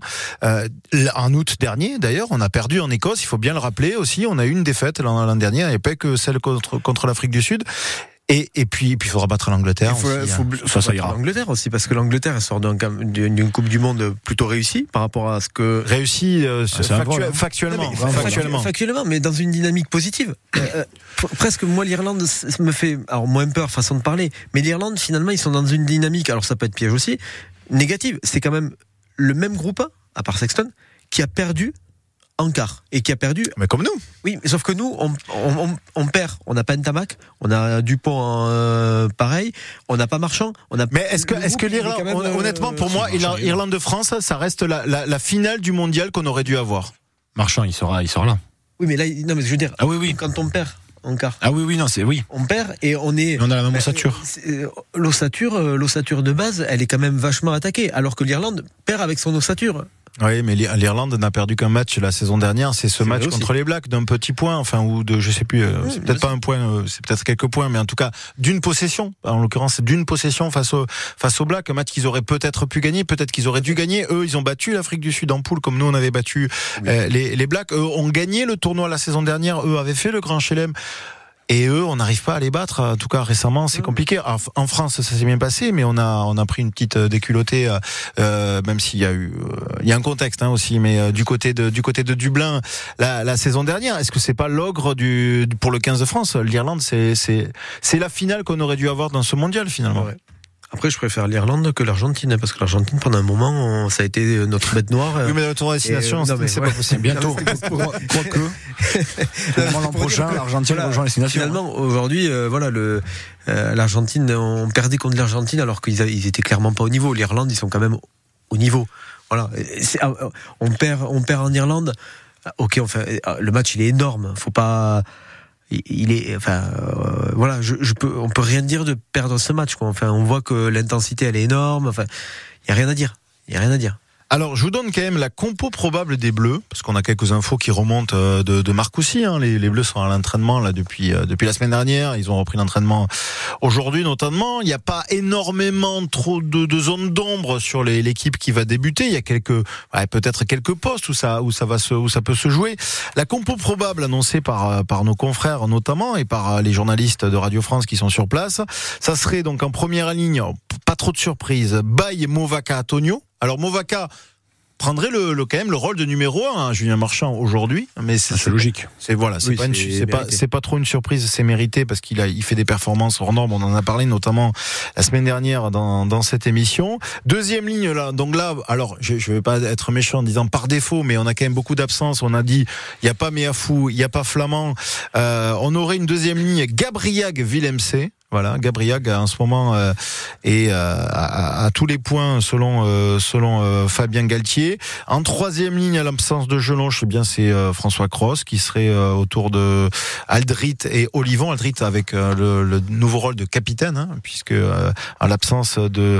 En août dernier, d'ailleurs, on a perdu en Écosse. Il faut bien le rappeler aussi. On a eu une défaite l'an dernier, et pas que celle contre l'Afrique du Sud. Et puis il faudra battre l'Angleterre. Ça ira. L'Angleterre aussi, parce que l'Angleterre elle sort d'une Coupe du Monde plutôt réussie par rapport à ce que factuellement, mais dans une dynamique positive. Presque moi l'Irlande me fait moins peur façon de parler, mais l'Irlande finalement ils sont dans une dynamique. Alors ça peut être piège aussi négative. C'est quand même le même groupe à part Sexton qui a perdu en quart et qui a perdu. Mais comme nous. Oui, sauf que nous, on perd. On n'a pas Ntamak, on a Dupont pareil, on n'a pas Marchand. Mais est-ce que l'Irlande, honnêtement, pour moi, Irlande de France, ça reste la finale du mondial qu'on aurait dû avoir. Marchand, il sera là. Oui, mais là, non, mais je veux dire, oui. quand on perd en quart. Ah oui, non, On perd et on est. On a la même ossature. L'ossature de base, elle est quand même vachement attaquée, alors que l'Irlande perd avec son ossature. Oui, mais l'Irlande n'a perdu qu'un match la saison dernière, c'est ce match contre les Blacks d'un petit point, ou de, je sais plus, c'est peut-être pas un point, c'est peut-être quelques points, mais en tout cas d'une possession. En l'occurrence, d'une possession face aux Blacks, un match qu'ils auraient peut-être pu gagner, peut-être qu'ils auraient dû gagner. Eux, ils ont battu l'Afrique du Sud en poule, comme nous on avait battu les Blacks. Eux ont gagné le tournoi la saison dernière. Eux avaient fait le Grand Chelem. Et eux, on n'arrive pas à les battre. En tout cas, récemment, c'est compliqué. Alors, en France, ça s'est bien passé, mais on a pris une petite déculottée, même s'il y a un contexte aussi. Mais du côté de Dublin, la saison dernière, est-ce que c'est pas l'ogre pour le 15 de France? L'Irlande, c'est la finale qu'on aurait dû avoir dans ce mondial finalement. Ouais. Après, je préfère l'Irlande que l'Argentine, parce que l'Argentine, pendant un moment, ça a été notre bête noire. Oui, mais le tournoi destination, c'est pas possible. Bientôt. Quoique. L'an prochain, l'Argentine rejoint les destinations. Finalement, aujourd'hui, l'Argentine, on perdait contre l'Argentine alors qu'ils étaient clairement pas au niveau. L'Irlande, ils sont quand même au niveau. Voilà. On perd en Irlande. Ok, le match, il est énorme. Faut pas. On peut rien dire de perdre ce match, quoi. Enfin, on voit que l'intensité, elle est énorme. Enfin, il y a rien à dire. Alors, je vous donne quand même la compo probable des Bleus, parce qu'on a quelques infos qui remontent de Marcoussis. Les Bleus sont à l'entraînement là depuis la semaine dernière. Ils ont repris l'entraînement aujourd'hui, notamment. Il n'y a pas énormément trop de zones d'ombre sur l'équipe qui va débuter. Il y a peut-être quelques postes où ça peut se jouer. La compo probable annoncée par nos confrères notamment et par les journalistes de Radio France qui sont sur place, ça serait donc en première ligne, pas trop de surprises, Baye, Movaka, Antonio. Alors Movaka prendrait quand même le rôle de numéro 1 Julien Marchand aujourd'hui, mais c'est logique. C'est pas trop une surprise, c'est mérité parce qu'il fait des performances hors normes. On en a parlé notamment la semaine dernière dans cette émission. Deuxième ligne là, donc là, alors je vais pas être méchant en disant par défaut, mais on a quand même beaucoup d'absences. On a dit il y a pas Meafou, il y a pas Flamand. On aurait une deuxième ligne Gabriag-Villemc. Voilà, Gabriag en ce moment est à tous les points selon Fabien Galtier. En troisième ligne, à l'absence de Jelonche, c'est François Cros qui serait autour de Aldrit et Olivon. Aldrit avec le nouveau rôle de capitaine, puisque à l'absence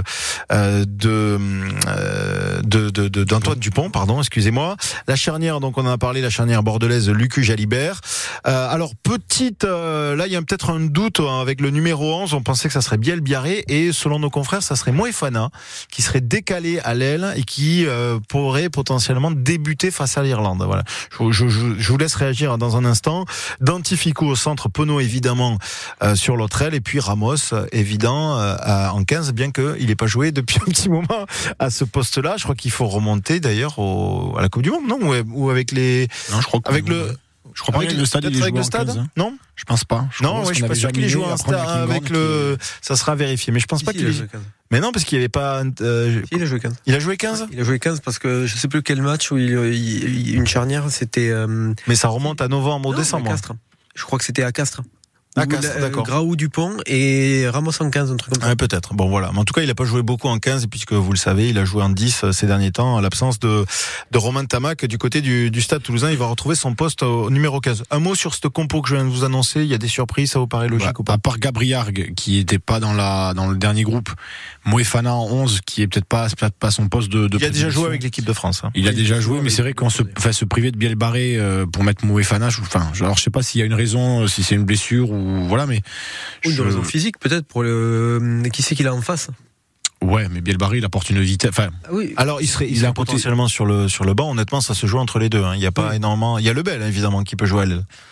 d'Antoine Dupont, excusez-moi. La charnière, donc on en a parlé, la charnière bordelaise Lucu Jalibert. Alors là il y a peut-être un doute avec le numéro 11, on pensait que ça serait Biel Biarré et selon nos confrères ça serait Moefana qui serait décalé à l'aile et qui pourrait potentiellement débuter face à l'Irlande. Voilà. Je vous laisse réagir dans un instant. Dantifico au centre, Penaud évidemment sur l'autre aile et puis Ramos évident en 15, bien qu'il n'ait pas joué depuis un petit moment à ce poste-là. Je crois qu'il faut remonter d'ailleurs à la Coupe du Monde, non? Ou avec les... Non, je crois que je crois pas que le stade, il est joué en 15. Non, je pense pas. Je suis pas sûr qu'il ait joué en stade avec ça sera vérifié, mais je pense pas qu'il ait joué 15. Mais non, parce qu'il n'y avait pas. Il a joué 15. Il a joué 15. Il a joué 15 parce que je sais plus quel match où une charnière, c'était. Mais ça remonte à novembre ou décembre. À Castres. Je crois que c'était à Castres. À Castres, d'accord. Graou Dupont et Ramos en 15, un truc comme ça. Ouais, peut-être. Bon, voilà. Mais en tout cas, il a pas joué beaucoup en 15, puisque vous le savez, il a joué en 10 ces derniers temps, à l'absence de Romain Ntamak du côté du Stade Toulousain. Il va retrouver son poste au numéro 15. Un mot sur cette compo que je viens de vous annoncer. Il y a des surprises, ça vous paraît logique ou pas? À part Gabriarg, qui était pas dans le dernier groupe, Moefana en 11, qui est peut-être pas son poste de il a déjà joué avec l'équipe de France. Il a déjà joué, mais c'est vrai qu'on se priver de Biel Barré pour mettre Moefana, alors je sais pas s'il y a une raison, si c'est une blessure ou voilà, mais ou une raison physique peut-être pour qui c'est qu'il a en face. Ouais, mais Biel Barré, il apporte une vitesse. Oui. Alors il serait potentiellement sur le banc. Honnêtement, ça se joue entre les deux. Il y a pas énormément. Il y a Lebel évidemment qui peut jouer à l'aile.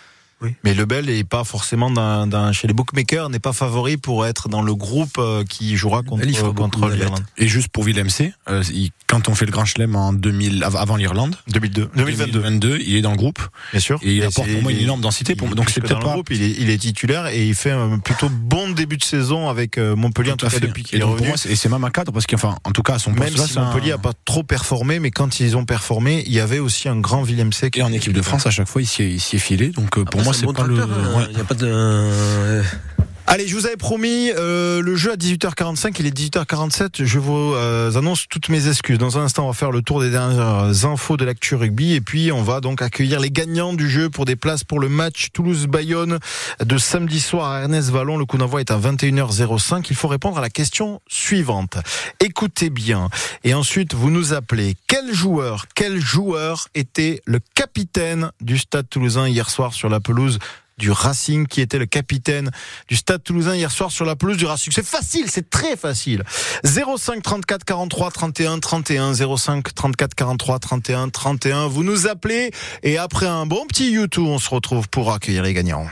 Oui. Mais Lebel est pas forcément chez les bookmakers, n'est pas favori pour être dans le groupe qui jouera contre l'Irlande. Et juste pour Willem C, quand on fait le Grand Chelem avant l'Irlande, 2022, il est dans le groupe. Bien sûr. Et il apporte pour moi une énorme densité. Donc c'est peut-être pas. Le groupe, il est titulaire et il fait un plutôt bon début de saison avec Montpellier en tout cas depuis qu'il est revenu. Pour moi, et c'est même un cadre parce qu'enfin, en tout cas à son poste. Même si Montpellier a pas trop performé, mais quand ils ont performé, il y avait aussi un grand Willem C. Et en équipe de France, à chaque fois, il s'y est filé. Donc pour moi, c'est pas le. Il n'y a pas de. Allez, je vous avais promis le jeu à 18h45, il est 18h47, je vous annonce toutes mes excuses. Dans un instant, on va faire le tour des dernières infos de l'actu rugby et puis on va donc accueillir les gagnants du jeu pour des places pour le match Toulouse-Bayonne de samedi soir à Ernest-Vallon. Le coup d'envoi est à 21h05. Il faut répondre à la question suivante. Écoutez bien et ensuite vous nous appelez. Quel joueur était le capitaine du Stade Toulousain hier soir sur la pelouse du Racing, qui était le capitaine du Stade Toulousain hier soir sur la pelouse du Racing? C'est facile, c'est très facile. 05 34 43 31 31, 05 34 43 31 31. Vous nous appelez et après un bon petit YouTube, on se retrouve pour accueillir les gagnants.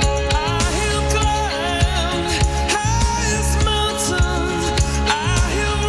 Highest mountains, I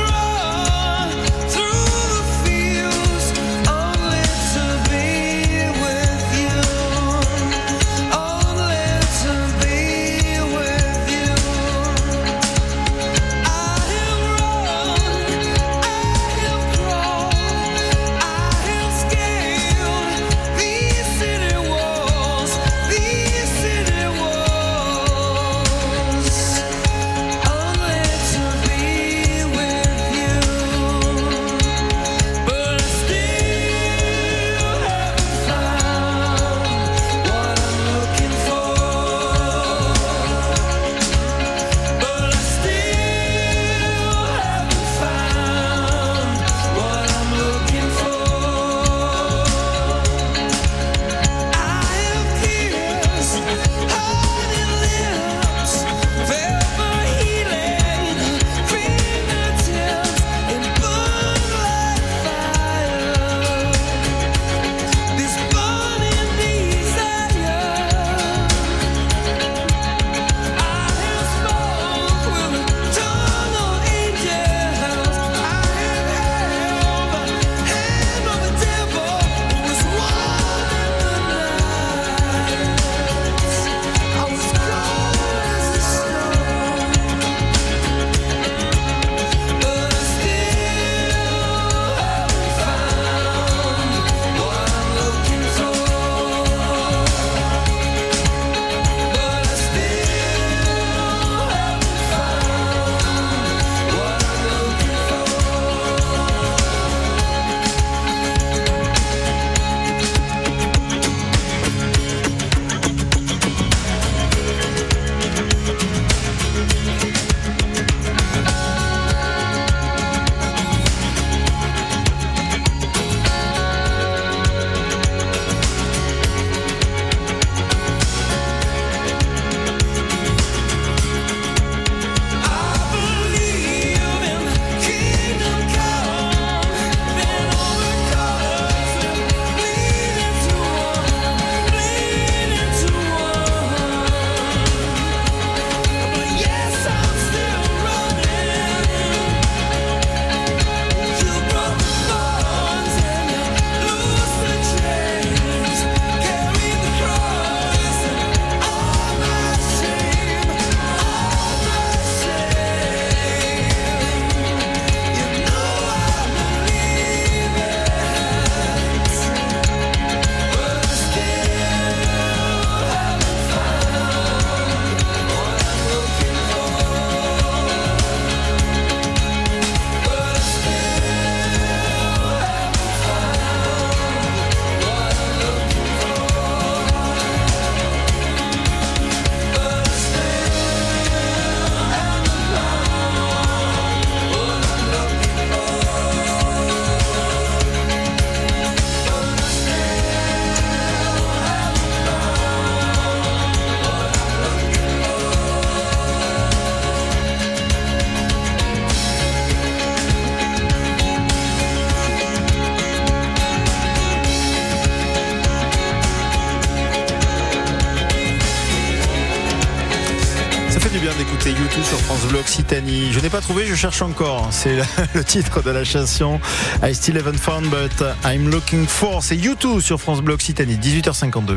d'écouter U2 sur France Bleu Occitanie. Je n'ai pas trouvé, je cherche encore. C'est le titre de la chanson I Still Haven't Found But I'm Looking For. C'est U2 sur France Bleu Occitanie, 18h52.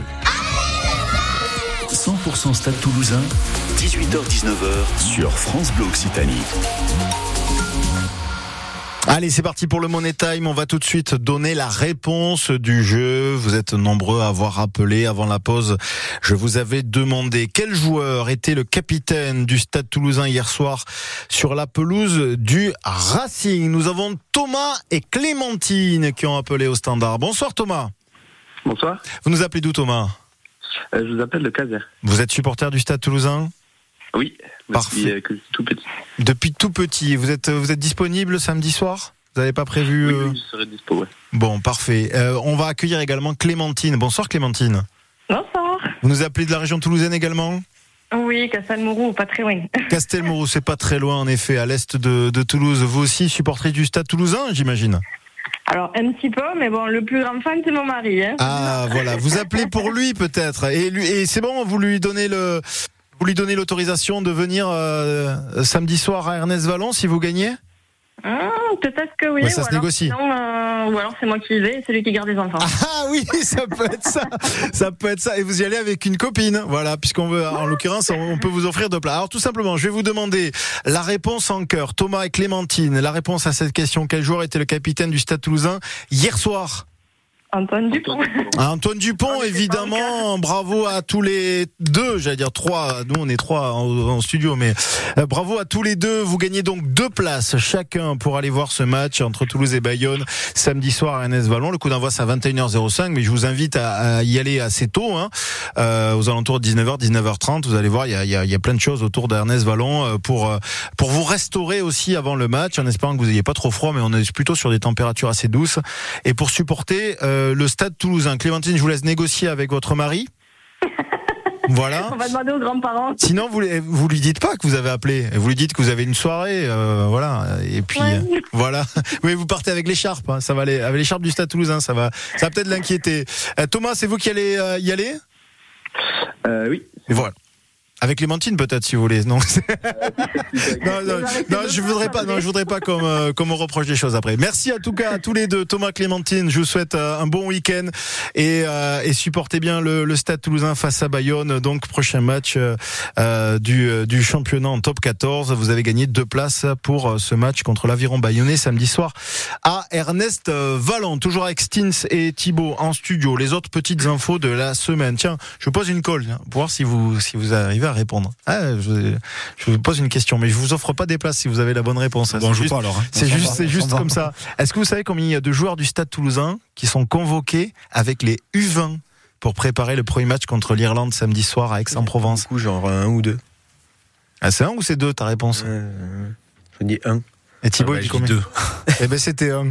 100% Stade Toulousain, 18h-19h sur France Bleu Occitanie. Allez, c'est parti pour le Money Time. On va tout de suite donner la réponse du jeu. Vous êtes nombreux à avoir appelé avant la pause. Je vous avais demandé quel joueur était le capitaine du Stade Toulousain hier soir sur la pelouse du Racing. Nous avons Thomas et Clémentine qui ont appelé au standard. Bonsoir Thomas. Bonsoir. Vous nous appelez d'où Thomas ? Je vous appelle de Caser. Vous êtes supporter du Stade Toulousain ? Oui, parfait. Depuis tout petit. Depuis tout petit. Vous êtes disponible samedi soir ? Vous n'avez pas prévu Oui, je serai dispo, ouais. Bon, parfait. On va accueillir également Clémentine. Bonsoir Clémentine. Bonsoir. Vous nous appelez de la région toulousaine également ? Oui, Castelmourou, pas très loin. Castelmourou, c'est pas très loin en effet, à l'est de Toulouse. Vous aussi supportrice du Stade Toulousain, j'imagine ? Alors, un petit peu, mais bon, le plus grand fan, c'est mon mari. Hein. Ah, voilà. Vous appelez pour lui peut-être. Et c'est bon, vous lui donnez l'autorisation de venir samedi soir à Ernest Vallon si vous gagnez ? Peut-être que oui. Ouais, ça se négocie. Ou alors c'est moi qui y vais et c'est lui qui garde les enfants. Ah oui, ça peut être ça. Ça peut être ça. Et vous y allez avec une copine. Voilà, puisqu'on veut, en l'occurrence, on peut vous offrir 2 plats. Alors tout simplement, je vais vous demander la réponse en chœur. Thomas et Clémentine, la réponse à cette question. Quel joueur était le capitaine du Stade Toulousain hier soir ? Antoine Dupont. Antoine Dupont, évidemment. Bravo à tous les 2, j'allais dire 3. Nous, on est 3 en studio, mais bravo à tous les 2. Vous gagnez donc 2 places chacun pour aller voir ce match entre Toulouse et Bayonne samedi soir à Ernest Vallon. Le coup d'envoi, c'est à 21h05, mais je vous invite à y aller assez tôt, aux alentours de 19h, 19h30. Vous allez voir, il y a plein de choses autour d'Ernest Vallon pour vous restaurer aussi avant le match, en espérant que vous n'ayez pas trop froid, mais on est plutôt sur des températures assez douces. Et pour supporter le Stade Toulousain. Clémentine, je vous laisse négocier avec votre mari. Voilà. On va demander aux grands-parents. Sinon, vous lui dites pas que vous avez appelé. Vous lui dites que vous avez une soirée, voilà. Et puis voilà. Oui, vous partez avec l'écharpe. Hein. Ça va aller avec l'écharpe du Stade Toulousain. Ça va peut-être l'inquiéter. Thomas, c'est vous qui allez y aller ? Oui. Et voilà. Avec Clémentine peut-être si vous voulez. Non, je voudrais pas qu'on me reproche des choses après. Merci en tout cas à tous les 2, Thomas, Clémentine. Je vous souhaite un bon week-end et supportez bien le Stade Toulousain face à Bayonne. Donc prochain match du championnat en top 14. Vous avez gagné 2 places pour ce match contre l'Aviron Bayonnais samedi soir à Ernest Vallon. Toujours avec Stins et Thibaut en studio. Les autres petites infos de la semaine. Tiens, je vous pose une colle pour voir si vous arrivez à répondre. Je vous pose une question, mais je vous offre pas des places si vous avez la bonne réponse. Bon, on joue pas alors. C'est juste comme ça. Est-ce que vous savez combien il y a de joueurs du Stade Toulousain qui sont convoqués avec les U20 pour préparer le premier match contre l'Irlande samedi soir à Aix-en-Provence ? Du coup, genre 1 ou 2. Ah, c'est 1 ou c'est 2 ta réponse ? Je dis 1. Et Thibaut, il dit combien ? 2. Eh ben c'était un.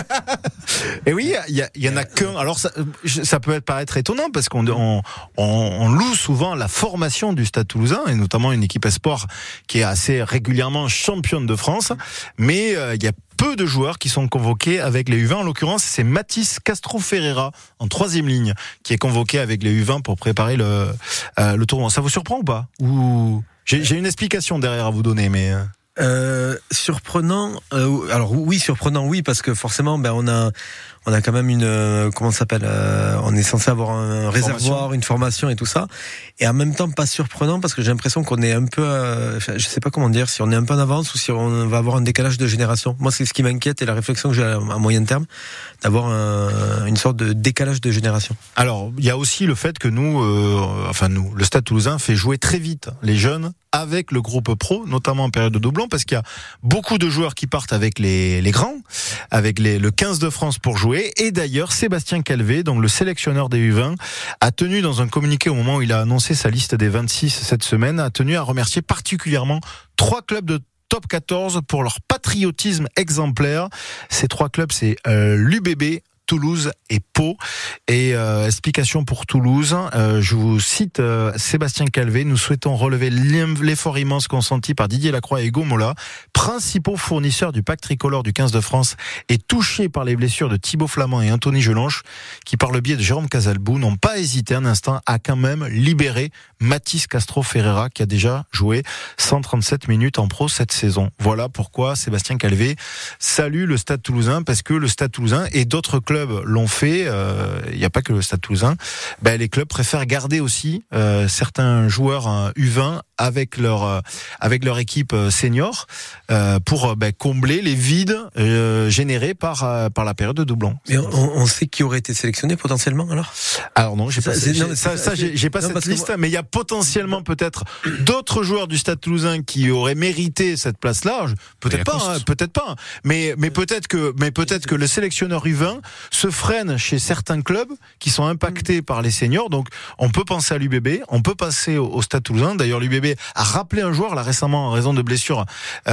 Et oui, il y en a qu'un. Alors ça peut paraître étonnant parce qu'on loue souvent la formation du Stade Toulousain et notamment une équipe espoir qui est assez régulièrement championne de France. Mais il y a peu de joueurs qui sont convoqués avec les U20. En l'occurrence, c'est Mathis Castro Ferreira en 3e ligne qui est convoqué avec les U20 pour préparer le tournoi. Ça vous surprend ou pas ? Ou j'ai une explication derrière à vous donner, mais. Surprenant. Alors oui, surprenant, oui, parce que forcément, on a quand même une comment ça s'appelle on est censé avoir un réservoir, une formation et tout ça, et en même temps pas surprenant parce que j'ai l'impression qu'on est un peu, je sais pas comment dire, si on est un peu en avance ou si on va avoir un décalage de génération. Moi, c'est ce qui m'inquiète et la réflexion que j'ai à moyen terme, d'avoir une sorte de décalage de génération. Alors, il y a aussi le fait que nous, le Stade Toulousain fait jouer très vite les jeunes avec le groupe pro, notamment en période de doublon, parce qu'il y a beaucoup de joueurs qui partent avec les grands, avec le 15 de France pour jouer. Et d'ailleurs, Sébastien Calvé, donc le sélectionneur des U20, a tenu dans un communiqué au moment où il a annoncé sa liste des 26 cette semaine, a tenu à remercier particulièrement 3 clubs de top 14 pour leur patriotisme exemplaire. Ces 3 clubs, c'est l'UBB, Toulouse et Pau. Et explication pour Toulouse, je vous cite Sébastien Calvé, nous souhaitons relever l'effort immense consenti par Didier Lacroix et Hugo Mola, principaux fournisseurs du pack tricolore du 15 de France et touchés par les blessures de Thibaut Flamand et Anthony Gelonche, qui par le biais de Jérôme Casalbou n'ont pas hésité un instant à quand même libérer Mathis Castro Ferreira, qui a déjà joué 137 minutes en pro cette saison. Voilà pourquoi Sébastien Calvé salue le Stade Toulousain, parce que le Stade Toulousain et d'autres clubs l'ont fait, il n'y a pas que le Stade Toulousain, les clubs préfèrent garder aussi certains joueurs U20 avec leur équipe senior pour combler les vides générés par la période de doublon. Mais on sait qui aurait été sélectionné potentiellement alors non, j'ai pas cette liste, mais il y a potentiellement peut-être d'autres joueurs du Stade Toulousain qui auraient mérité cette place-là. Peut-être pas, mais peut-être que le sélectionneur U20 se freine chez certains clubs qui sont impactés par les seniors. Donc on peut penser à l'UBB, on peut passer au Stade Toulousain. D'ailleurs l'UBB a rappelé un joueur là récemment en raison de blessures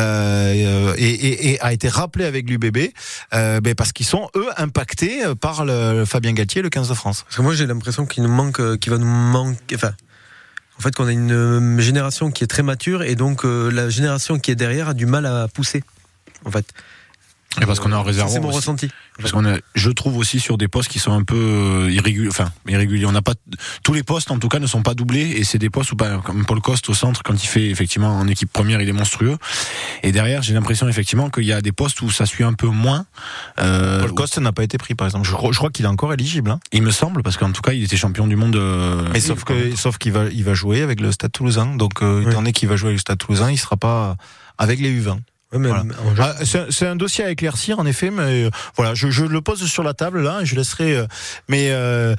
et a été rappelé avec l'UBB parce qu'ils sont eux impactés par le Fabien Galtier, le 15 de France. Parce que moi j'ai l'impression qu'il va nous manquer. En fait, qu'on a une génération qui est très mature et donc la génération qui est derrière a du mal à pousser. En fait. Et parce qu'on est en réserve. C'est mon ressenti. Parce qu'on est, je trouve aussi sur des postes qui sont un peu irréguliers. On n'a pas tous les postes en tout cas ne sont pas doublés et c'est des postes où comme Paul Coste au centre quand il fait effectivement en équipe première il est monstrueux. Et derrière j'ai l'impression effectivement qu'il y a des postes où ça suit un peu moins. Paul Coste n'a pas été pris par exemple. Je crois qu'il est encore éligible. Il me semble parce qu'en tout cas il était champion du monde. Mais sauf qu'il va jouer avec le Stade Toulousain. Donc étant donné qu'il va jouer avec le Stade Toulousain, il sera pas avec les U20. Ouais, voilà. C'est un dossier à éclaircir en effet, mais voilà, je le pose sur la table là, et je laisserai mes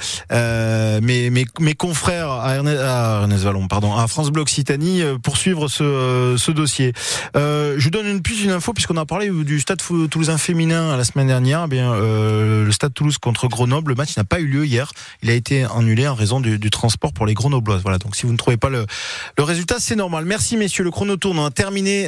confrères à Ernest Vallon, à France Bleu Occitanie poursuivre ce dossier. Je donne une info puisqu'on a parlé du Stade Toulousain féminin la semaine dernière. Le Stade Toulouse contre Grenoble, le match n'a pas eu lieu hier. Il a été annulé en raison du transport pour les Grenobloises. Voilà, donc si vous ne trouvez pas le résultat, c'est normal. Merci messieurs, le chrono tourne, on a terminé